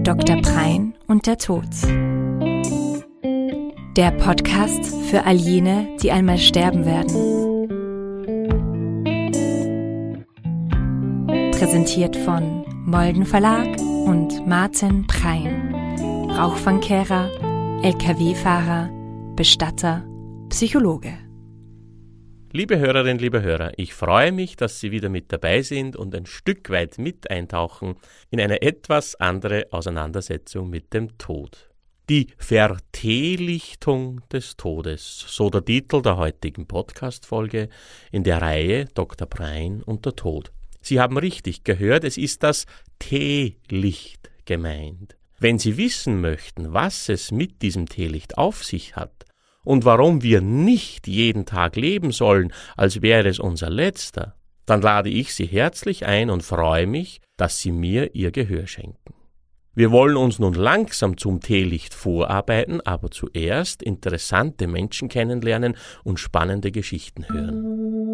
Dr. Prein und der Tod. Der Podcast für all jene, die einmal sterben werden. Präsentiert von Molden Verlag und Martin Prein. Rauchfangkehrer, LKW-Fahrer, Bestatter, Psychologe. Liebe Hörerinnen, liebe Hörer, ich freue mich, dass Sie wieder mit dabei sind und ein Stück weit mit eintauchen in eine etwas andere Auseinandersetzung mit dem Tod. Die Verteelichtung des Todes, so der Titel der heutigen Podcast-Folge in der Reihe Dr. Prein und der Tod. Sie haben richtig gehört, es ist das Teelicht gemeint. Wenn Sie wissen möchten, was es mit diesem Teelicht auf sich hat, und warum wir nicht jeden Tag leben sollen, als wäre es unser letzter, dann lade ich Sie herzlich ein und freue mich, dass Sie mir Ihr Gehör schenken. Wir wollen uns nun langsam zum Teelicht vorarbeiten, aber zuerst interessante Menschen kennenlernen und spannende Geschichten hören.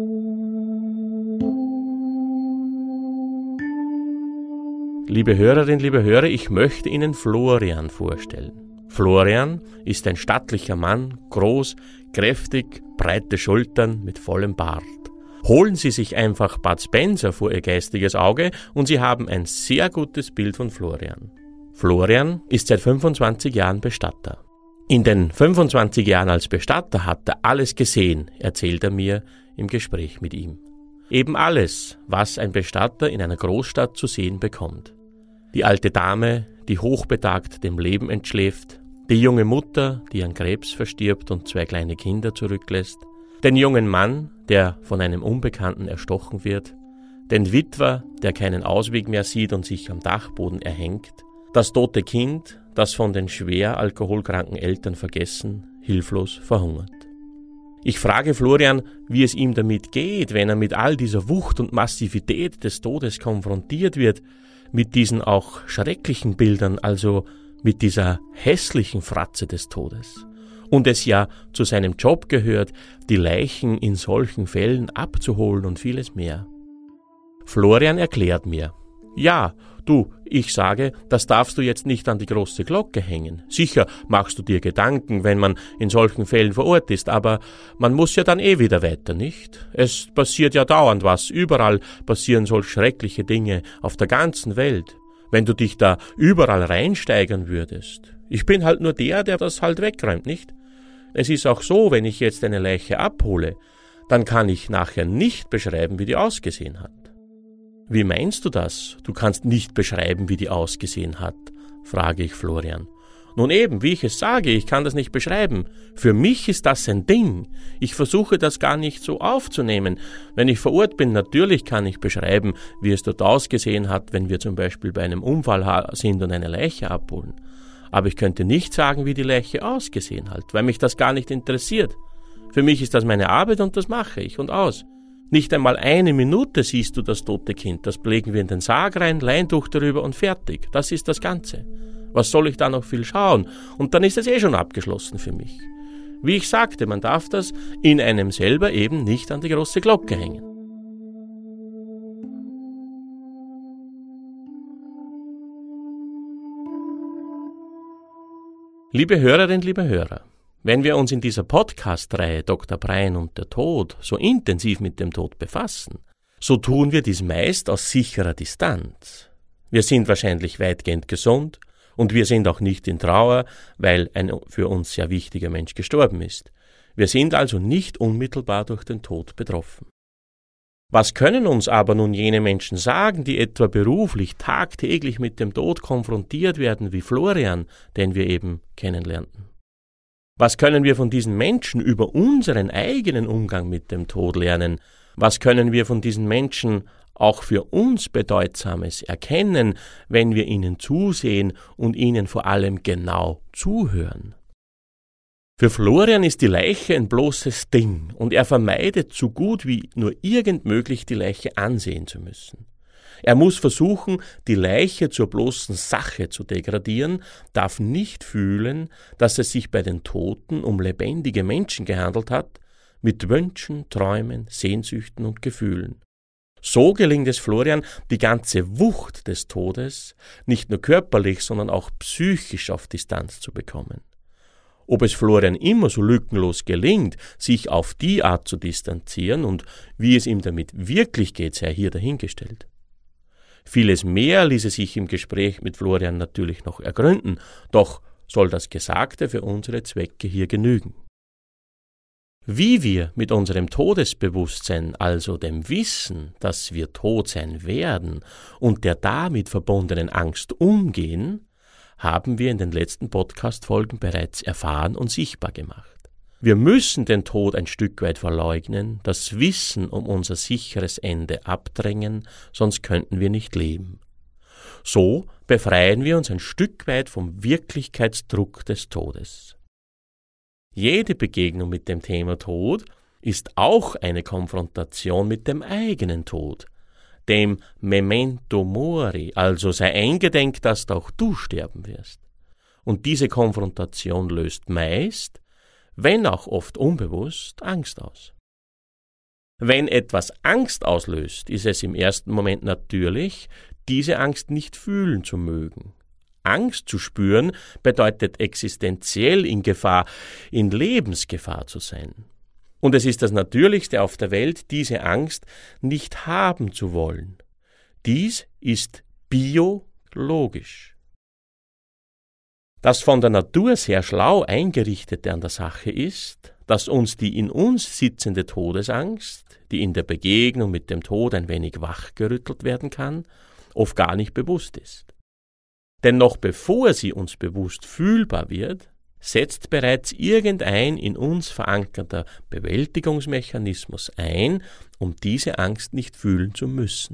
Liebe Hörerinnen, liebe Hörer, ich möchte Ihnen Florian vorstellen. Florian ist ein stattlicher Mann, groß, kräftig, breite Schultern mit vollem Bart. Holen Sie sich einfach Bud Spencer vor Ihr geistiges Auge und Sie haben ein sehr gutes Bild von Florian. Florian ist seit 25 Jahren Bestatter. In den 25 Jahren als Bestatter hat er alles gesehen, erzählt er mir im Gespräch mit ihm. Eben alles, was ein Bestatter in einer Großstadt zu sehen bekommt. Die alte Dame, die hochbetagt dem Leben entschläft, die junge Mutter, die an Krebs verstirbt und 2 kleine Kinder zurücklässt, den jungen Mann, der von einem Unbekannten erstochen wird, den Witwer, der keinen Ausweg mehr sieht und sich am Dachboden erhängt, das tote Kind, das von den schwer alkoholkranken Eltern vergessen, hilflos verhungert. Ich frage Florian, wie es ihm damit geht, wenn er mit all dieser Wucht und Massivität des Todes konfrontiert wird, mit diesen auch schrecklichen Bildern, also mit dieser hässlichen Fratze des Todes. Und es ja zu seinem Job gehört, die Leichen in solchen Fällen abzuholen und vieles mehr. Florian erklärt mir, ja, ich sage, das darfst du jetzt nicht an die große Glocke hängen. Sicher machst du dir Gedanken, wenn man in solchen Fällen vor Ort ist, aber man muss ja dann wieder weiter, nicht? Es passiert ja dauernd was, überall passieren solch schreckliche Dinge auf der ganzen Welt. Wenn du dich da überall reinsteigern würdest. Ich bin halt nur der das halt wegräumt, nicht? Es ist auch so, wenn ich jetzt eine Leiche abhole, dann kann ich nachher nicht beschreiben, wie die ausgesehen hat. Wie meinst du das? Du kannst nicht beschreiben, wie die ausgesehen hat, frage ich Florian. Nun eben, wie ich es sage, ich kann das nicht beschreiben. Für mich ist das ein Ding. Ich versuche das gar nicht so aufzunehmen. Wenn ich vor Ort bin, natürlich kann ich beschreiben, wie es dort ausgesehen hat, wenn wir zum Beispiel bei einem Unfall sind und eine Leiche abholen. Aber ich könnte nicht sagen, wie die Leiche ausgesehen hat, weil mich das gar nicht interessiert. Für mich ist das meine Arbeit und das mache ich und aus. Nicht einmal 1 Minute siehst du das tote Kind, das legen wir in den Sarg rein, Leintuch darüber und fertig. Das ist das Ganze. Was soll ich da noch viel schauen? Und dann ist es schon abgeschlossen für mich. Wie ich sagte, man darf das in einem selber eben nicht an die große Glocke hängen. Liebe Hörerinnen, liebe Hörer, wenn wir uns in dieser Podcast-Reihe Dr. Prein und der Tod so intensiv mit dem Tod befassen, so tun wir dies meist aus sicherer Distanz. Wir sind wahrscheinlich weitgehend gesund und wir sind auch nicht in Trauer, weil ein für uns sehr wichtiger Mensch gestorben ist. Wir sind also nicht unmittelbar durch den Tod betroffen. Was können uns aber nun jene Menschen sagen, die etwa beruflich tagtäglich mit dem Tod konfrontiert werden, wie Florian, den wir eben kennenlernten? Was können wir von diesen Menschen über unseren eigenen Umgang mit dem Tod lernen? Was können wir von diesen Menschen auch für uns Bedeutsames erkennen, wenn wir ihnen zusehen und ihnen vor allem genau zuhören? Für Florian ist die Leiche ein bloßes Ding und er vermeidet so gut wie nur irgend möglich, die Leiche ansehen zu müssen. Er muss versuchen, die Leiche zur bloßen Sache zu degradieren, darf nicht fühlen, dass es sich bei den Toten um lebendige Menschen gehandelt hat, mit Wünschen, Träumen, Sehnsüchten und Gefühlen. So gelingt es Florian, die ganze Wucht des Todes nicht nur körperlich, sondern auch psychisch auf Distanz zu bekommen. Ob es Florian immer so lückenlos gelingt, sich auf die Art zu distanzieren und wie es ihm damit wirklich geht, sei hier dahingestellt. Vieles mehr ließe sich im Gespräch mit Florian natürlich noch ergründen, doch soll das Gesagte für unsere Zwecke hier genügen. Wie wir mit unserem Todesbewusstsein, also dem Wissen, dass wir tot sein werden und der damit verbundenen Angst umgehen, haben wir in den letzten Podcast-Folgen bereits erfahren und sichtbar gemacht. Wir müssen den Tod ein Stück weit verleugnen, das Wissen um unser sicheres Ende abdrängen, sonst könnten wir nicht leben. So befreien wir uns ein Stück weit vom Wirklichkeitsdruck des Todes. Jede Begegnung mit dem Thema Tod ist auch eine Konfrontation mit dem eigenen Tod, dem Memento Mori, also sei eingedenk, dass auch du sterben wirst. Und diese Konfrontation löst meist, wenn auch oft unbewusst, Angst aus. Wenn etwas Angst auslöst, ist es im ersten Moment natürlich, diese Angst nicht fühlen zu mögen. Angst zu spüren bedeutet existenziell in Gefahr, in Lebensgefahr zu sein. Und es ist das Natürlichste auf der Welt, diese Angst nicht haben zu wollen. Dies ist biologisch. Das von der Natur sehr schlau Eingerichtete an der Sache ist, dass uns die in uns sitzende Todesangst, die in der Begegnung mit dem Tod ein wenig wachgerüttelt werden kann, oft gar nicht bewusst ist. Denn noch bevor sie uns bewusst fühlbar wird, setzt bereits irgendein in uns verankerter Bewältigungsmechanismus ein, um diese Angst nicht fühlen zu müssen.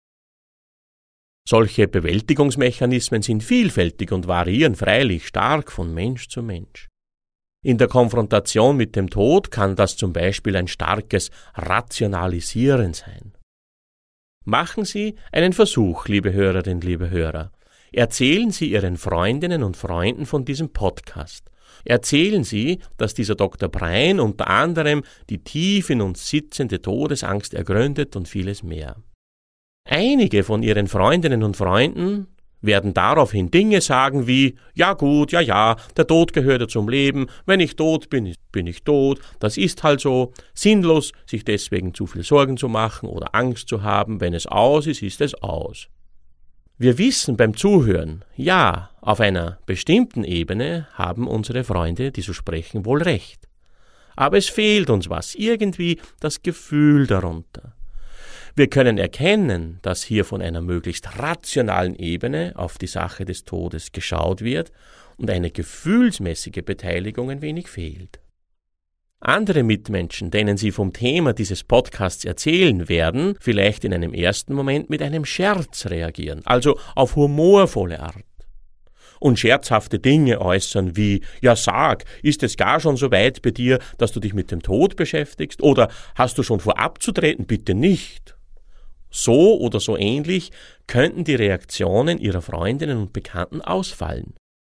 Solche Bewältigungsmechanismen sind vielfältig und variieren freilich stark von Mensch zu Mensch. In der Konfrontation mit dem Tod kann das zum Beispiel ein starkes Rationalisieren sein. Machen Sie einen Versuch, liebe Hörerinnen, liebe Hörer. Erzählen Sie Ihren Freundinnen und Freunden von diesem Podcast. Erzählen Sie, dass dieser Dr. Brein unter anderem die tief in uns sitzende Todesangst ergründet und vieles mehr. Einige von Ihren Freundinnen und Freunden werden daraufhin Dinge sagen wie, ja gut, ja, der Tod gehört ja zum Leben, wenn ich tot bin, bin ich tot, das ist halt so, sinnlos, sich deswegen zu viel Sorgen zu machen oder Angst zu haben, wenn es aus ist, ist es aus. Wir wissen beim Zuhören, ja, auf einer bestimmten Ebene haben unsere Freunde, die so sprechen, wohl recht. Aber es fehlt uns was, irgendwie das Gefühl darunter. Wir können erkennen, dass hier von einer möglichst rationalen Ebene auf die Sache des Todes geschaut wird und eine gefühlsmäßige Beteiligung ein wenig fehlt. Andere Mitmenschen, denen Sie vom Thema dieses Podcasts erzählen werden, vielleicht in einem ersten Moment mit einem Scherz reagieren, also auf humorvolle Art. Und scherzhafte Dinge äußern wie, ja sag, ist es gar schon so weit bei dir, dass du dich mit dem Tod beschäftigst? Oder hast du schon vor abzutreten? Bitte nicht. So oder so ähnlich könnten die Reaktionen Ihrer Freundinnen und Bekannten ausfallen.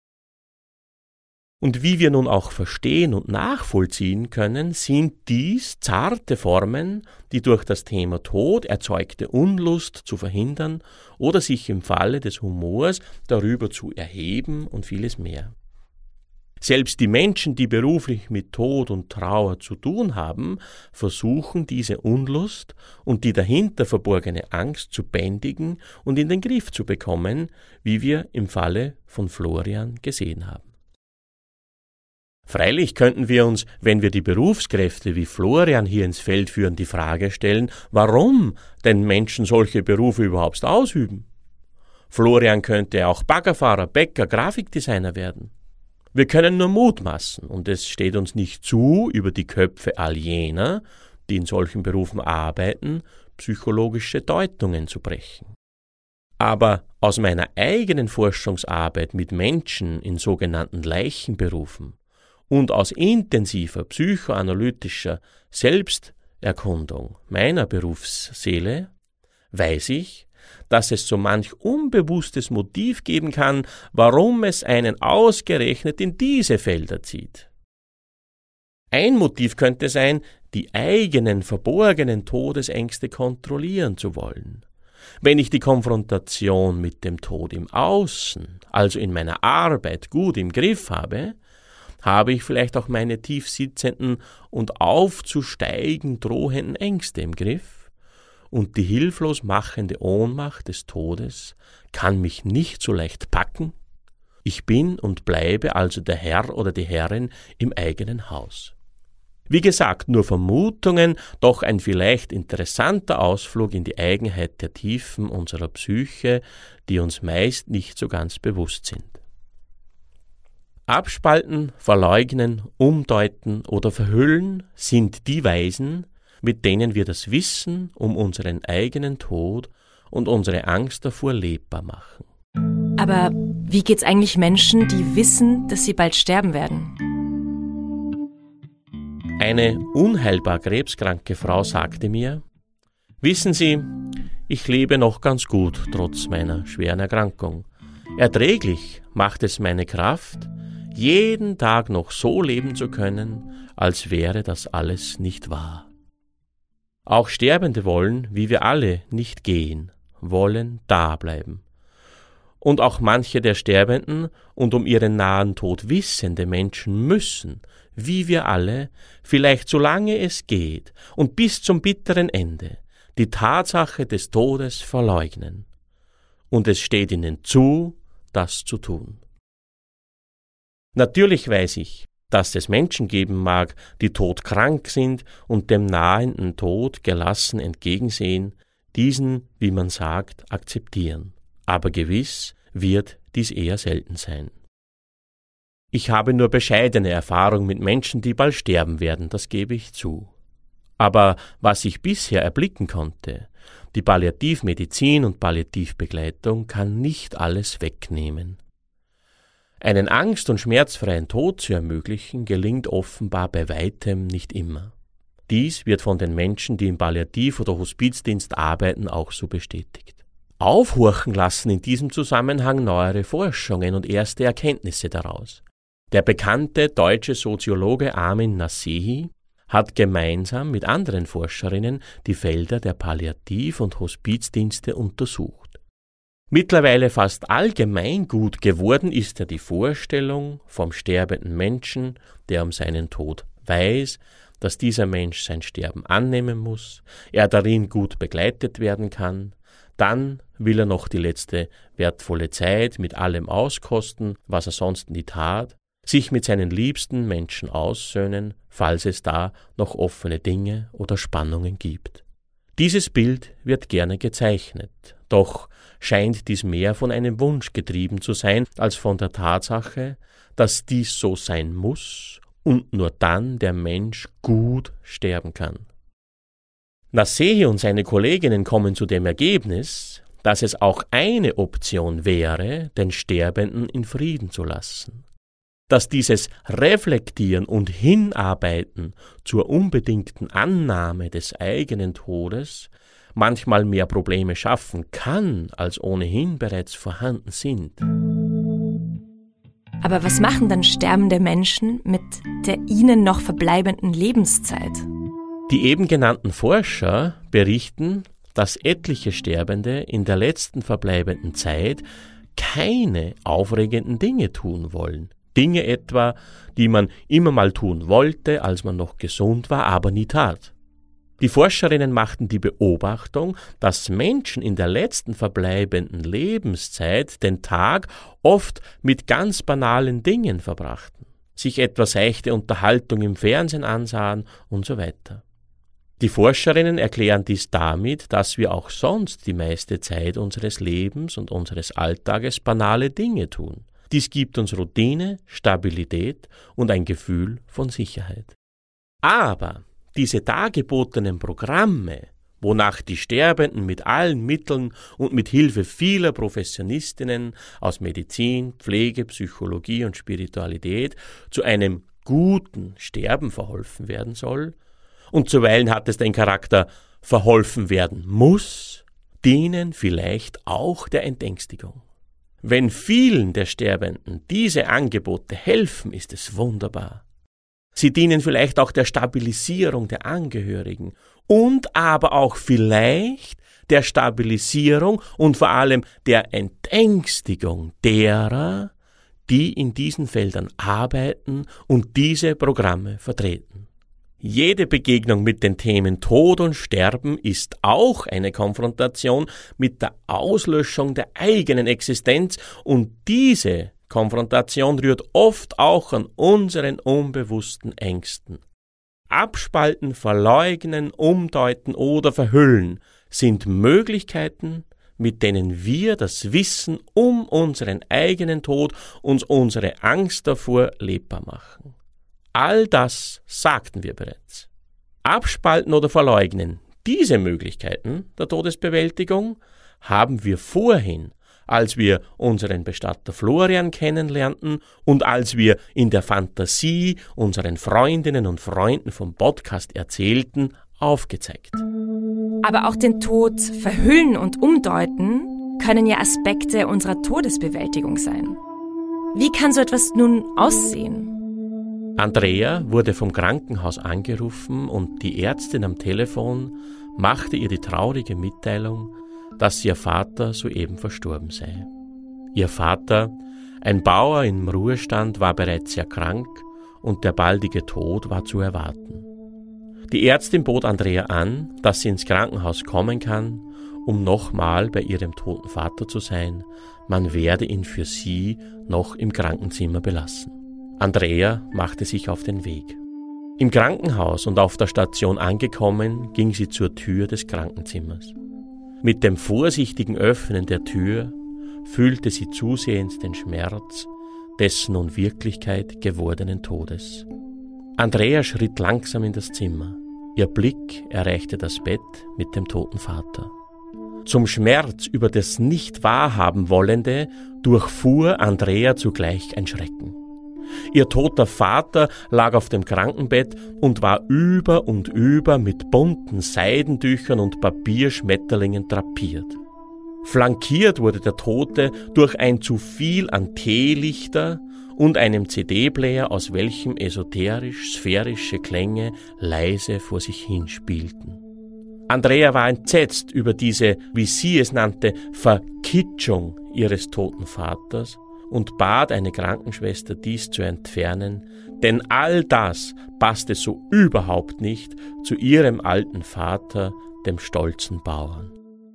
Und wie wir nun auch verstehen und nachvollziehen können, sind dies zarte Formen, die durch das Thema Tod erzeugte Unlust zu verhindern oder sich im Falle des Humors darüber zu erheben und vieles mehr. Selbst die Menschen, die beruflich mit Tod und Trauer zu tun haben, versuchen diese Unlust und die dahinter verborgene Angst zu bändigen und in den Griff zu bekommen, wie wir im Falle von Florian gesehen haben. Freilich könnten wir uns, wenn wir die Berufskräfte wie Florian hier ins Feld führen, die Frage stellen, warum denn Menschen solche Berufe überhaupt ausüben. Florian könnte auch Baggerfahrer, Bäcker, Grafikdesigner werden. Wir können nur mutmaßen und es steht uns nicht zu, über die Köpfe all jener, die in solchen Berufen arbeiten, psychologische Deutungen zu brechen. Aber aus meiner eigenen Forschungsarbeit mit Menschen in sogenannten Leichenberufen und aus intensiver psychoanalytischer Selbsterkundung meiner Berufsseele weiß ich, dass es so manch unbewusstes Motiv geben kann, warum es einen ausgerechnet in diese Felder zieht. Ein Motiv könnte sein, die eigenen verborgenen Todesängste kontrollieren zu wollen. Wenn ich die Konfrontation mit dem Tod im Außen, also in meiner Arbeit, gut im Griff habe, habe ich vielleicht auch meine tief sitzenden und aufzusteigen drohenden Ängste im Griff, und die hilflos machende Ohnmacht des Todes kann mich nicht so leicht packen. Ich bin und bleibe also der Herr oder die Herrin im eigenen Haus. Wie gesagt, nur Vermutungen, doch ein vielleicht interessanter Ausflug in die Eigenheit der Tiefen unserer Psyche, die uns meist nicht so ganz bewusst sind. Abspalten, verleugnen, umdeuten oder verhüllen sind die Weisen, mit denen wir das Wissen um unseren eigenen Tod und unsere Angst davor lebbar machen. Aber wie geht's eigentlich Menschen, die wissen, dass sie bald sterben werden? Eine unheilbar krebskranke Frau sagte mir: Wissen Sie, ich lebe noch ganz gut trotz meiner schweren Erkrankung. Erträglich macht es meine Kraft, jeden Tag noch so leben zu können, als wäre das alles nicht wahr. Auch Sterbende wollen, wie wir alle, nicht gehen, wollen dableiben. Und auch manche der Sterbenden und um ihren nahen Tod wissende Menschen müssen, wie wir alle, vielleicht solange es geht und bis zum bitteren Ende, die Tatsache des Todes verleugnen. Und es steht ihnen zu, das zu tun. Natürlich weiß ich, dass es Menschen geben mag, die todkrank sind und dem nahenden Tod gelassen entgegensehen, diesen, wie man sagt, akzeptieren. Aber gewiss wird dies eher selten sein. Ich habe nur bescheidene Erfahrung mit Menschen, die bald sterben werden, das gebe ich zu. Aber was ich bisher erblicken konnte, die Palliativmedizin und Palliativbegleitung kann nicht alles wegnehmen. Einen angst- und schmerzfreien Tod zu ermöglichen, gelingt offenbar bei weitem nicht immer. Dies wird von den Menschen, die im Palliativ- oder Hospizdienst arbeiten, auch so bestätigt. Aufhorchen lassen in diesem Zusammenhang neuere Forschungen und erste Erkenntnisse daraus. Der bekannte deutsche Soziologe Amin Nasehi hat gemeinsam mit anderen Forscherinnen die Felder der Palliativ- und Hospizdienste untersucht. Mittlerweile fast allgemein gut geworden ist ja die Vorstellung vom sterbenden Menschen, der um seinen Tod weiß, dass dieser Mensch sein Sterben annehmen muss, er darin gut begleitet werden kann, dann will er noch die letzte wertvolle Zeit mit allem auskosten, was er sonst nie tat, sich mit seinen liebsten Menschen aussöhnen, falls es da noch offene Dinge oder Spannungen gibt. Dieses Bild wird gerne gezeichnet, doch scheint dies mehr von einem Wunsch getrieben zu sein, als von der Tatsache, dass dies so sein muss und nur dann der Mensch gut sterben kann. Nasehi und seine Kolleginnen kommen zu dem Ergebnis, dass es auch eine Option wäre, den Sterbenden in Frieden zu lassen. Dass dieses Reflektieren und Hinarbeiten zur unbedingten Annahme des eigenen Todes manchmal mehr Probleme schaffen kann, als ohnehin bereits vorhanden sind. Aber was machen dann sterbende Menschen mit der ihnen noch verbleibenden Lebenszeit? Die eben genannten Forscher berichten, dass etliche Sterbende in der letzten verbleibenden Zeit keine aufregenden Dinge tun wollen. Dinge etwa, die man immer mal tun wollte, als man noch gesund war, aber nie tat. Die Forscherinnen machten die Beobachtung, dass Menschen in der letzten verbleibenden Lebenszeit den Tag oft mit ganz banalen Dingen verbrachten, sich etwa seichte Unterhaltung im Fernsehen ansahen und so weiter. Die Forscherinnen erklären dies damit, dass wir auch sonst die meiste Zeit unseres Lebens und unseres Alltages banale Dinge tun. Dies gibt uns Routine, Stabilität und ein Gefühl von Sicherheit. Aber diese dargebotenen Programme, wonach die Sterbenden mit allen Mitteln und mit Hilfe vieler Professionistinnen aus Medizin, Pflege, Psychologie und Spiritualität zu einem guten Sterben verholfen werden soll, und zuweilen hat es den Charakter verholfen werden muss, dienen vielleicht auch der Entängstigung. Wenn vielen der Sterbenden diese Angebote helfen, ist es wunderbar. Sie dienen vielleicht auch der Stabilisierung der Angehörigen und aber auch vielleicht der Stabilisierung und vor allem der Entängstigung derer, die in diesen Feldern arbeiten und diese Programme vertreten. Jede Begegnung mit den Themen Tod und Sterben ist auch eine Konfrontation mit der Auslöschung der eigenen Existenz und diese Konfrontation rührt oft auch an unseren unbewussten Ängsten. Abspalten, verleugnen, umdeuten oder verhüllen sind Möglichkeiten, mit denen wir das Wissen um unseren eigenen Tod und unsere Angst davor lebbar machen. All das sagten wir bereits. Abspalten oder verleugnen, diese Möglichkeiten der Todesbewältigung haben wir vorhin, als wir unseren Bestatter Florian kennenlernten und als wir in der Fantasie unseren Freundinnen und Freunden vom Podcast erzählten, aufgezeigt. Aber auch den Tod verhüllen und umdeuten können ja Aspekte unserer Todesbewältigung sein. Wie kann so etwas nun aussehen? Andrea wurde vom Krankenhaus angerufen und die Ärztin am Telefon machte ihr die traurige Mitteilung, dass ihr Vater soeben verstorben sei. Ihr Vater, ein Bauer im Ruhestand, war bereits sehr krank und der baldige Tod war zu erwarten. Die Ärztin bot Andrea an, dass sie ins Krankenhaus kommen kann, um nochmal bei ihrem toten Vater zu sein. Man werde ihn für sie noch im Krankenzimmer belassen. Andrea machte sich auf den Weg. Im Krankenhaus und auf der Station angekommen, ging sie zur Tür des Krankenzimmers. Mit dem vorsichtigen Öffnen der Tür fühlte sie zusehends den Schmerz des nun Wirklichkeit gewordenen Todes. Andrea schritt langsam in das Zimmer. Ihr Blick erreichte das Bett mit dem toten Vater. Zum Schmerz über das Nicht-Wahrhaben-Wollende durchfuhr Andrea zugleich ein Schrecken. Ihr toter Vater lag auf dem Krankenbett und war über und über mit bunten Seidentüchern und Papierschmetterlingen drapiert. Flankiert wurde der Tote durch ein zu viel an Teelichter und einem CD-Player, aus welchem esoterisch-sphärische Klänge leise vor sich hinspielten. Andrea war entsetzt über diese, wie sie es nannte, Verkitschung ihres toten Vaters und bat eine Krankenschwester, dies zu entfernen, denn all das passte so überhaupt nicht zu ihrem alten Vater, dem stolzen Bauern.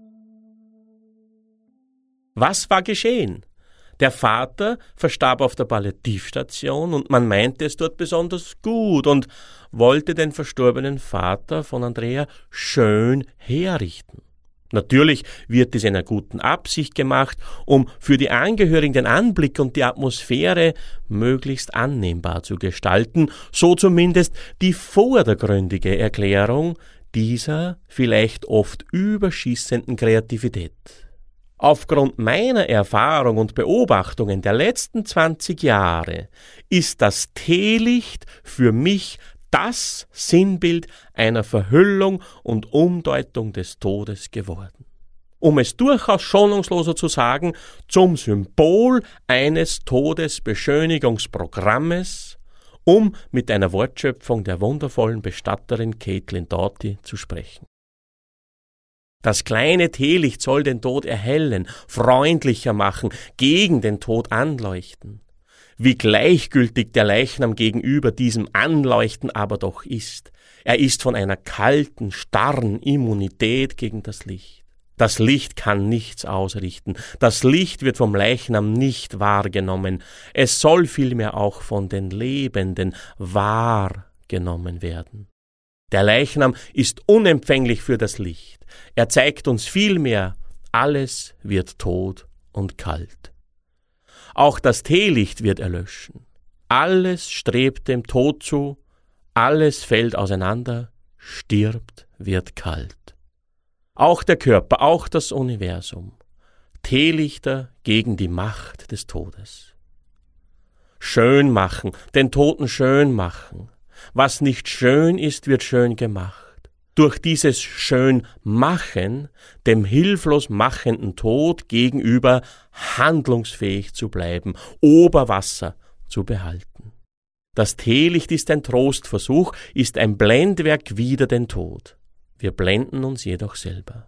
Was war geschehen? Der Vater verstarb auf der Palliativstation und man meinte es dort besonders gut und wollte den verstorbenen Vater von Andrea schön herrichten. Natürlich wird dies in einer guten Absicht gemacht, um für die Angehörigen den Anblick und die Atmosphäre möglichst annehmbar zu gestalten, so zumindest die vordergründige Erklärung dieser vielleicht oft überschießenden Kreativität. Aufgrund meiner Erfahrung und Beobachtungen der letzten 20 Jahre ist das Teelicht für mich das Sinnbild einer Verhüllung und Umdeutung des Todes geworden. Um es durchaus schonungsloser zu sagen, zum Symbol eines Todesbeschönigungsprogrammes, um mit einer Wortschöpfung der wundervollen Bestatterin Caitlin Doughty zu sprechen. Das kleine Teelicht soll den Tod erhellen, freundlicher machen, gegen den Tod anleuchten. Wie gleichgültig der Leichnam gegenüber diesem Anleuchten aber doch ist. Er ist von einer kalten, starren Immunität gegen das Licht. Das Licht kann nichts ausrichten. Das Licht wird vom Leichnam nicht wahrgenommen. Es soll vielmehr auch von den Lebenden wahrgenommen werden. Der Leichnam ist unempfänglich für das Licht. Er zeigt uns vielmehr, alles wird tot und kalt. Auch das Teelicht wird erlöschen. Alles strebt dem Tod zu, alles fällt auseinander, stirbt, wird kalt. Auch der Körper, auch das Universum. Teelichter gegen die Macht des Todes. Schön machen, den Toten schön machen. Was nicht schön ist, wird schön gemacht. Durch dieses Schönmachen dem hilflos machenden Tod gegenüber handlungsfähig zu bleiben, Oberwasser zu behalten. Das Teelicht ist ein Trostversuch, ist ein Blendwerk wider den Tod. Wir blenden uns jedoch selber.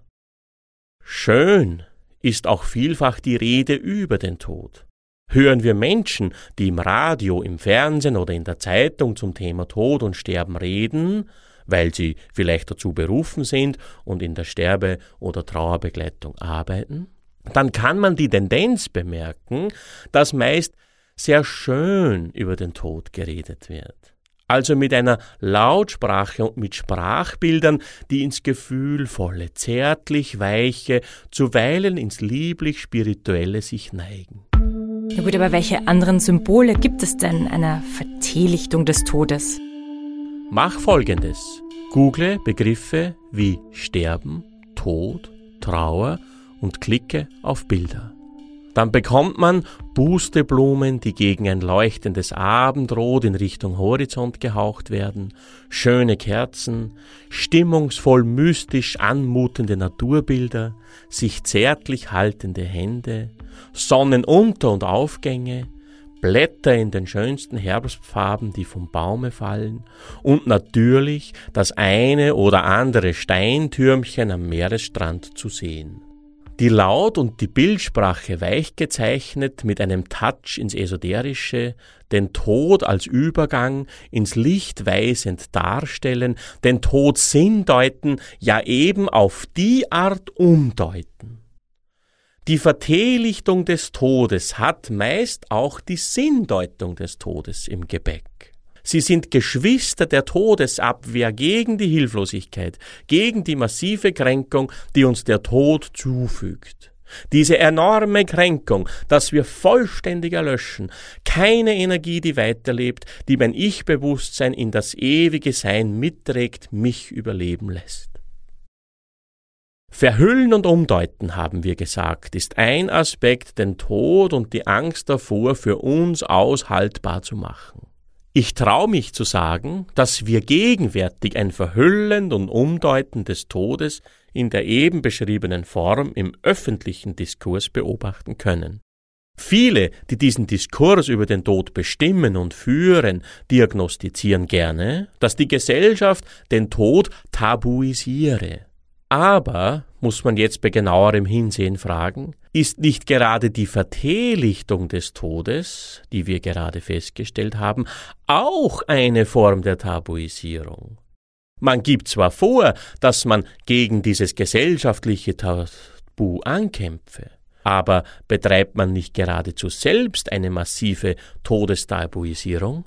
Schön ist auch vielfach die Rede über den Tod. Hören wir Menschen, die im Radio, im Fernsehen oder in der Zeitung zum Thema Tod und Sterben reden, weil sie vielleicht dazu berufen sind und in der Sterbe- oder Trauerbegleitung arbeiten, dann kann man die Tendenz bemerken, dass meist sehr schön über den Tod geredet wird. Also mit einer Lautsprache und mit Sprachbildern, die ins Gefühlvolle, zärtlich Weiche, zuweilen ins lieblich-spirituelle sich neigen. Na gut, aber welche anderen Symbole gibt es denn einer Verteelichtung des Todes? Mach Folgendes. Google Begriffe wie Sterben, Tod, Trauer und klicke auf Bilder. Dann bekommt man Pusteblumen, die gegen ein leuchtendes Abendrot in Richtung Horizont gehaucht werden, schöne Kerzen, stimmungsvoll mystisch anmutende Naturbilder, sich zärtlich haltende Hände, Sonnenunter- und Aufgänge, Blätter in den schönsten Herbstfarben, die vom Baume fallen und natürlich das eine oder andere Steintürmchen am Meeresstrand zu sehen. Die Laut- und die Bildsprache weich gezeichnet mit einem Touch ins Esoterische, den Tod als Übergang ins Licht weisend darstellen, den Tod sinndeuten, ja eben auf die Art umdeuten. Die Verteelichtung des Todes hat meist auch die Sinndeutung des Todes im Gepäck. Sie sind Geschwister der Todesabwehr gegen die Hilflosigkeit, gegen die massive Kränkung, die uns der Tod zufügt. Diese enorme Kränkung, dass wir vollständig erlöschen, keine Energie, die weiterlebt, die mein Ich-Bewusstsein in das ewige Sein mitträgt, mich überleben lässt. Verhüllen und umdeuten, haben wir gesagt, ist ein Aspekt, den Tod und die Angst davor für uns aushaltbar zu machen. Ich traue mich zu sagen, dass wir gegenwärtig ein Verhüllen und Umdeuten des Todes in der eben beschriebenen Form im öffentlichen Diskurs beobachten können. Viele, die diesen Diskurs über den Tod bestimmen und führen, diagnostizieren gerne, dass die Gesellschaft den Tod tabuisiere. Aber, muss man jetzt bei genauerem Hinsehen fragen, ist nicht gerade die Verteelichtung des Todes, die wir gerade festgestellt haben, auch eine Form der Tabuisierung? Man gibt zwar vor, dass man gegen dieses gesellschaftliche Tabu ankämpfe, aber betreibt man nicht geradezu selbst eine massive Todestabuisierung?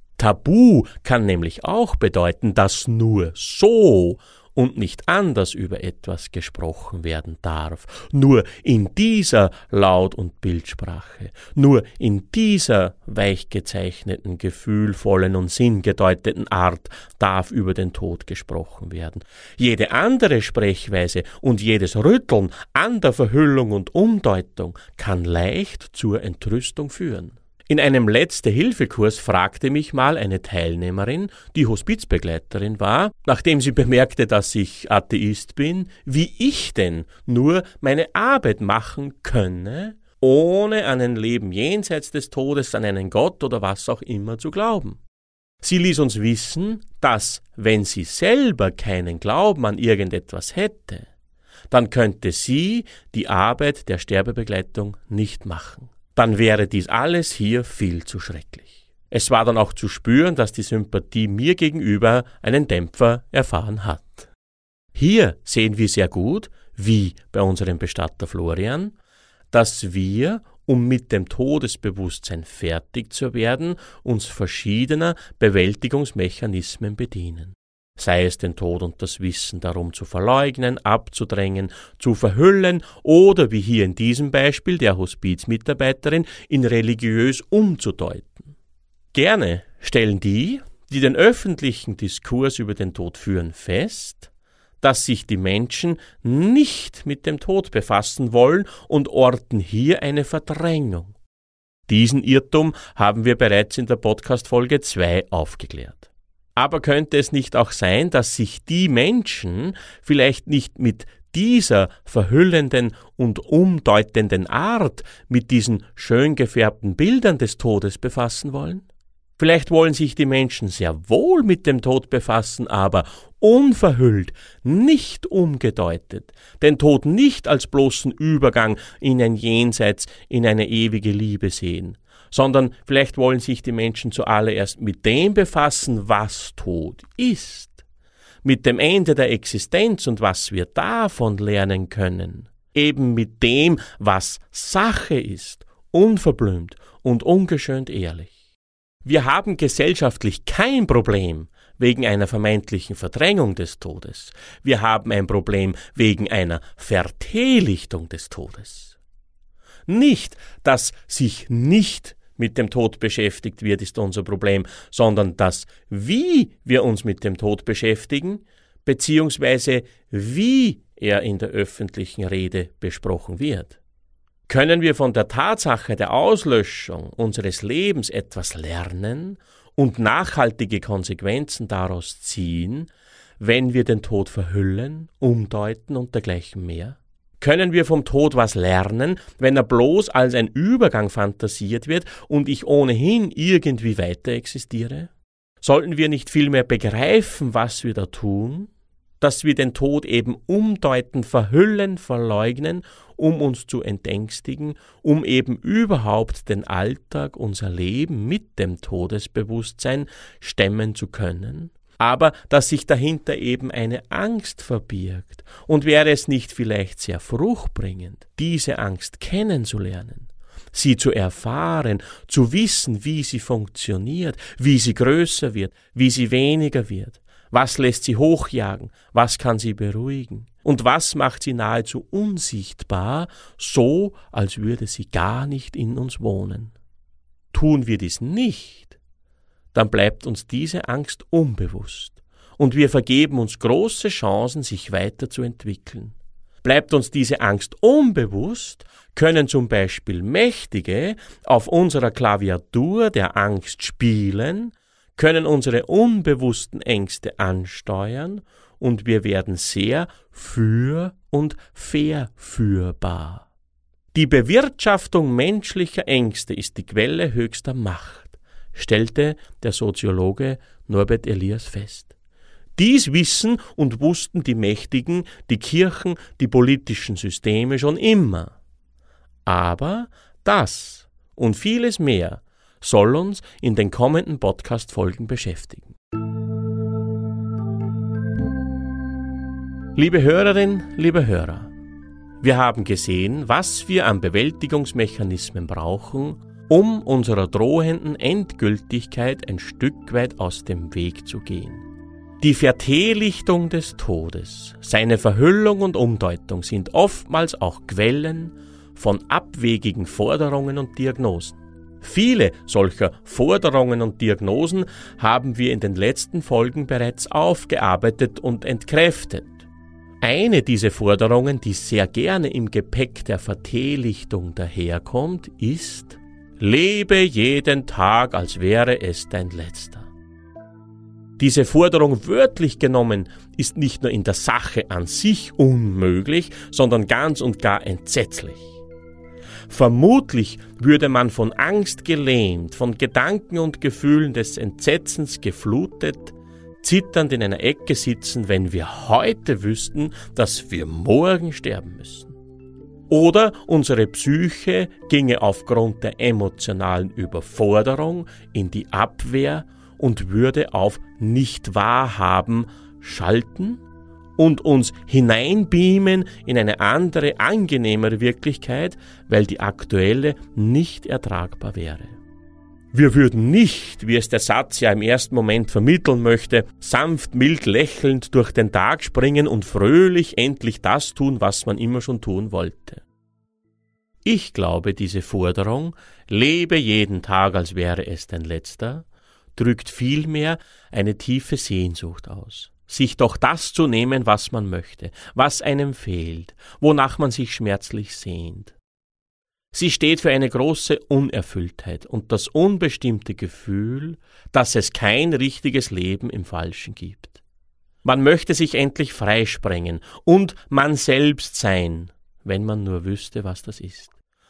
Tabu kann nämlich auch bedeuten, dass nur so und nicht anders über etwas gesprochen werden darf. Nur in dieser Laut- und Bildsprache, nur in dieser weich gezeichneten, gefühlvollen und sinngedeuteten Art darf über den Tod gesprochen werden. Jede andere Sprechweise und jedes Rütteln an der Verhüllung und Umdeutung kann leicht zur Entrüstung führen. In einem Letzte-Hilfe-Kurs fragte mich mal eine Teilnehmerin, die Hospizbegleiterin war, nachdem sie bemerkte, dass ich Atheist bin, wie ich denn nur meine Arbeit machen könne, ohne an ein Leben jenseits des Todes, an einen Gott oder was auch immer zu glauben. Sie ließ uns wissen, dass, wenn sie selber keinen Glauben an irgendetwas hätte, dann könnte sie die Arbeit der Sterbebegleitung nicht machen. Dann wäre dies alles hier viel zu schrecklich. Es war dann auch zu spüren, dass die Sympathie mir gegenüber einen Dämpfer erfahren hat. Hier sehen wir sehr gut, wie bei unserem Bestatter Florian, dass wir, um mit dem Todesbewusstsein fertig zu werden, uns verschiedener Bewältigungsmechanismen bedienen. Sei es den Tod und das Wissen darum zu verleugnen, abzudrängen, zu verhüllen oder, wie hier in diesem Beispiel der Hospizmitarbeiterin, in religiös umzudeuten. Gerne stellen die den öffentlichen Diskurs über den Tod führen, fest, dass sich die Menschen nicht mit dem Tod befassen wollen und orten hier eine Verdrängung. Diesen Irrtum haben wir bereits in der Podcast-Folge 2 aufgeklärt. Aber könnte es nicht auch sein, dass sich die Menschen vielleicht nicht mit dieser verhüllenden und umdeutenden Art, mit diesen schön gefärbten Bildern des Todes befassen wollen? Vielleicht wollen sich die Menschen sehr wohl mit dem Tod befassen, aber unverhüllt, nicht umgedeutet, den Tod nicht als bloßen Übergang in ein Jenseits, in eine ewige Liebe sehen, sondern vielleicht wollen sich die Menschen zuallererst mit dem befassen, was Tod ist, mit dem Ende der Existenz und was wir davon lernen können, eben mit dem, was Sache ist, unverblümt und ungeschönt ehrlich. Wir haben gesellschaftlich kein Problem wegen einer vermeintlichen Verdrängung des Todes. Wir haben ein Problem wegen einer Verteelichtung des Todes. Nicht, dass sich nicht mit dem Tod beschäftigt wird, ist unser Problem, sondern das, wie wir uns mit dem Tod beschäftigen, beziehungsweise wie er in der öffentlichen Rede besprochen wird. Können wir von der Tatsache der Auslöschung unseres Lebens etwas lernen und nachhaltige Konsequenzen daraus ziehen, wenn wir den Tod verhüllen, umdeuten und dergleichen mehr? Können wir vom Tod was lernen, wenn er bloß als ein Übergang fantasiert wird und ich ohnehin irgendwie weiter existiere? Sollten wir nicht vielmehr begreifen, was wir da tun? Dass wir den Tod eben umdeuten, verhüllen, verleugnen, um uns zu entängstigen, um eben überhaupt den Alltag, unser Leben mit dem Todesbewusstsein stemmen zu können, aber dass sich dahinter eben eine Angst verbirgt. Und wäre es nicht vielleicht sehr fruchtbringend, diese Angst kennenzulernen, sie zu erfahren, zu wissen, wie sie funktioniert, wie sie größer wird, wie sie weniger wird? Was lässt sie hochjagen? Was kann sie beruhigen? Und was macht sie nahezu unsichtbar, so als würde sie gar nicht in uns wohnen? Tun wir dies nicht, dann bleibt uns diese Angst unbewusst und wir vergeben uns große Chancen, sich weiterzuentwickeln. Bleibt uns diese Angst unbewusst, können zum Beispiel Mächtige auf unserer Klaviatur der Angst spielen, können unsere unbewussten Ängste ansteuern und wir werden sehr für- und verführbar. Die Bewirtschaftung menschlicher Ängste ist die Quelle höchster Macht, stellte der Soziologe Norbert Elias fest. Dies wissen und wussten die Mächtigen, die Kirchen, die politischen Systeme schon immer. Aber das und vieles mehr soll uns in den kommenden Podcast-Folgen beschäftigen. Liebe Hörerin, liebe Hörer, wir haben gesehen, was wir an Bewältigungsmechanismen brauchen, um unserer drohenden Endgültigkeit ein Stück weit aus dem Weg zu gehen. Die Verteelichtung des Todes, seine Verhüllung und Umdeutung sind oftmals auch Quellen von abwegigen Forderungen und Diagnosen. Viele solcher Forderungen und Diagnosen haben wir in den letzten Folgen bereits aufgearbeitet und entkräftet. Eine dieser Forderungen, die sehr gerne im Gepäck der Verteelichtung daherkommt, ist: Lebe jeden Tag, als wäre es dein letzter. Diese Forderung wörtlich genommen ist nicht nur in der Sache an sich unmöglich, sondern ganz und gar entsetzlich. Vermutlich würde man von Angst gelähmt, von Gedanken und Gefühlen des Entsetzens geflutet, zitternd in einer Ecke sitzen, wenn wir heute wüssten, dass wir morgen sterben müssen. Oder unsere Psyche ginge aufgrund der emotionalen Überforderung in die Abwehr und würde auf Nicht-Wahrhaben schalten und uns hineinbeamen in eine andere, angenehmere Wirklichkeit, weil die aktuelle nicht ertragbar wäre. Wir würden nicht, wie es der Satz ja im ersten Moment vermitteln möchte, sanft, mild, lächelnd durch den Tag springen und fröhlich endlich das tun, was man immer schon tun wollte. Ich glaube, diese Forderung, lebe jeden Tag, als wäre es dein letzter, drückt vielmehr eine tiefe Sehnsucht aus. Sich doch das zu nehmen, was man möchte, was einem fehlt, wonach man sich schmerzlich sehnt. Sie steht für eine große Unerfülltheit und das unbestimmte Gefühl, dass es kein richtiges Leben im Falschen gibt. Man möchte sich endlich freisprengen und man selbst sein, wenn man nur wüsste, was das ist.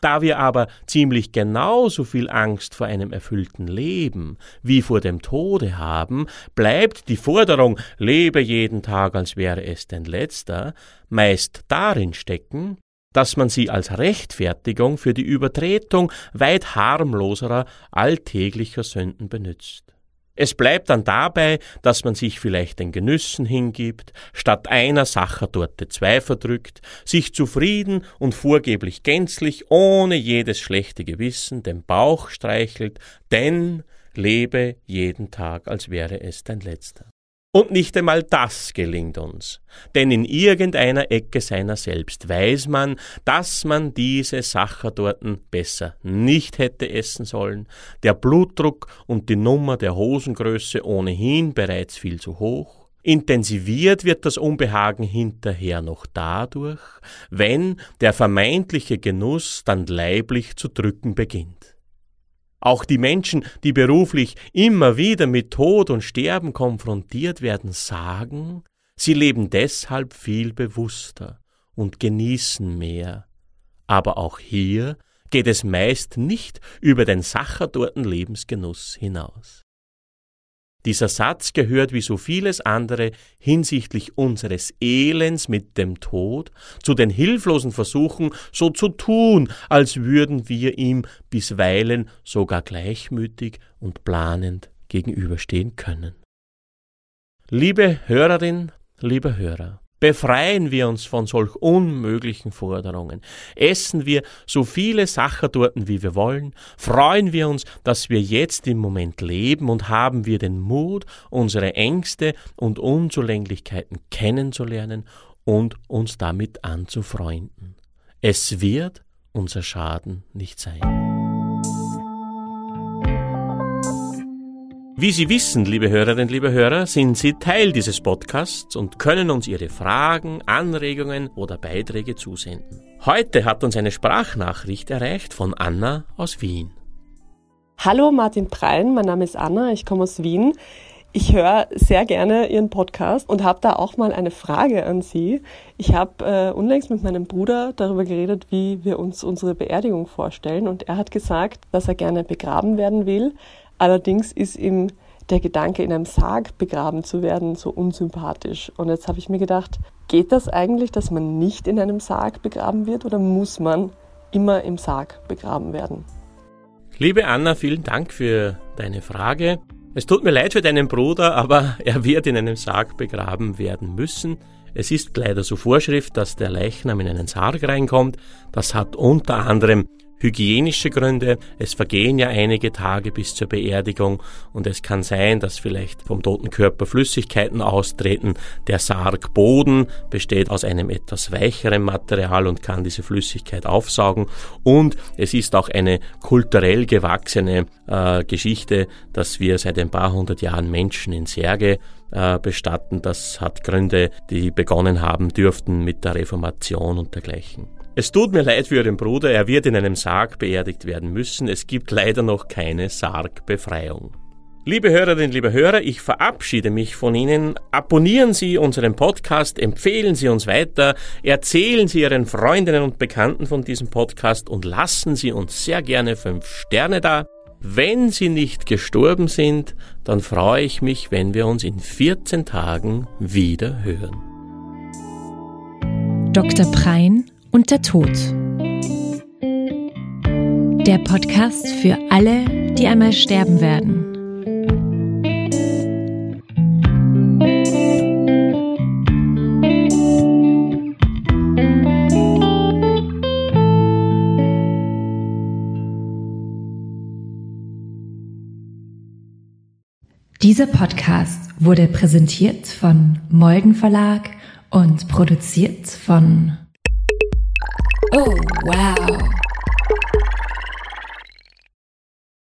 Da wir aber ziemlich genauso viel Angst vor einem erfüllten Leben wie vor dem Tode haben, bleibt die Forderung, lebe jeden Tag, als wäre es dein letzter, meist darin stecken, dass man sie als Rechtfertigung für die Übertretung weit harmloserer alltäglicher Sünden benutzt. Es bleibt dann dabei, dass man sich vielleicht den Genüssen hingibt, statt einer Sachertorte 2 verdrückt, sich zufrieden und vorgeblich gänzlich, ohne jedes schlechte Gewissen, den Bauch streichelt, denn lebe jeden Tag, als wäre es dein letzter. Und nicht einmal das gelingt uns, denn in irgendeiner Ecke seiner selbst weiß man, dass man diese Sachertorten besser nicht hätte essen sollen, der Blutdruck und die Nummer der Hosengröße ohnehin bereits viel zu hoch. Intensiviert wird das Unbehagen hinterher noch dadurch, wenn der vermeintliche Genuss dann leiblich zu drücken beginnt. Auch die Menschen, die beruflich immer wieder mit Tod und Sterben konfrontiert werden, sagen, sie leben deshalb viel bewusster und genießen mehr. Aber auch hier geht es meist nicht über den sachertorten Lebensgenuss hinaus. Dieser Satz gehört wie so vieles andere hinsichtlich unseres Elends mit dem Tod zu den hilflosen Versuchen, so zu tun, als würden wir ihm bisweilen sogar gleichmütig und planend gegenüberstehen können. Liebe Hörerin, lieber Hörer, befreien wir uns von solch unmöglichen Forderungen. Essen wir so viele Sachertorten, wie wir wollen. Freuen wir uns, dass wir jetzt im Moment leben und haben wir den Mut, unsere Ängste und Unzulänglichkeiten kennenzulernen und uns damit anzufreunden. Es wird unser Schaden nicht sein. Wie Sie wissen, liebe Hörerinnen, liebe Hörer, sind Sie Teil dieses Podcasts und können uns Ihre Fragen, Anregungen oder Beiträge zusenden. Heute hat uns eine Sprachnachricht erreicht von Anna aus Wien. Hallo Martin Prein, mein Name ist Anna, ich komme aus Wien. Ich höre sehr gerne Ihren Podcast und habe da auch mal eine Frage an Sie. Ich habe unlängst mit meinem Bruder darüber geredet, wie wir uns unsere Beerdigung vorstellen, und er hat gesagt, dass er gerne begraben werden will. Allerdings ist ihm der Gedanke, in einem Sarg begraben zu werden, so unsympathisch. Und jetzt habe ich mir gedacht, geht das eigentlich, dass man nicht in einem Sarg begraben wird, oder muss man immer im Sarg begraben werden? Liebe Anna, vielen Dank für deine Frage. Es tut mir leid für deinen Bruder, aber er wird in einem Sarg begraben werden müssen. Es ist leider so Vorschrift, dass der Leichnam in einen Sarg reinkommt. Das hat unter anderem hygienische Gründe. Es vergehen ja einige Tage bis zur Beerdigung und es kann sein, dass vielleicht vom toten Körper Flüssigkeiten austreten. Der Sargboden besteht aus einem etwas weicheren Material und kann diese Flüssigkeit aufsaugen, und es ist auch eine kulturell gewachsene Geschichte, dass wir seit ein paar hundert Jahren Menschen in Särge bestatten. Das hat Gründe, die begonnen haben dürften mit der Reformation und dergleichen. Es tut mir leid für Ihren Bruder, er wird in einem Sarg beerdigt werden müssen. Es gibt leider noch keine Sargbefreiung. Liebe Hörerinnen, liebe Hörer, ich verabschiede mich von Ihnen. Abonnieren Sie unseren Podcast, empfehlen Sie uns weiter, erzählen Sie Ihren Freundinnen und Bekannten von diesem Podcast und lassen Sie uns sehr gerne 5 Sterne da. Wenn Sie nicht gestorben sind, dann freue ich mich, wenn wir uns in 14 Tagen wieder hören. Dr. Prein und der Tod. Der Podcast für alle, die einmal sterben werden. Dieser Podcast wurde präsentiert von Molden Verlag und produziert von Oh, wow.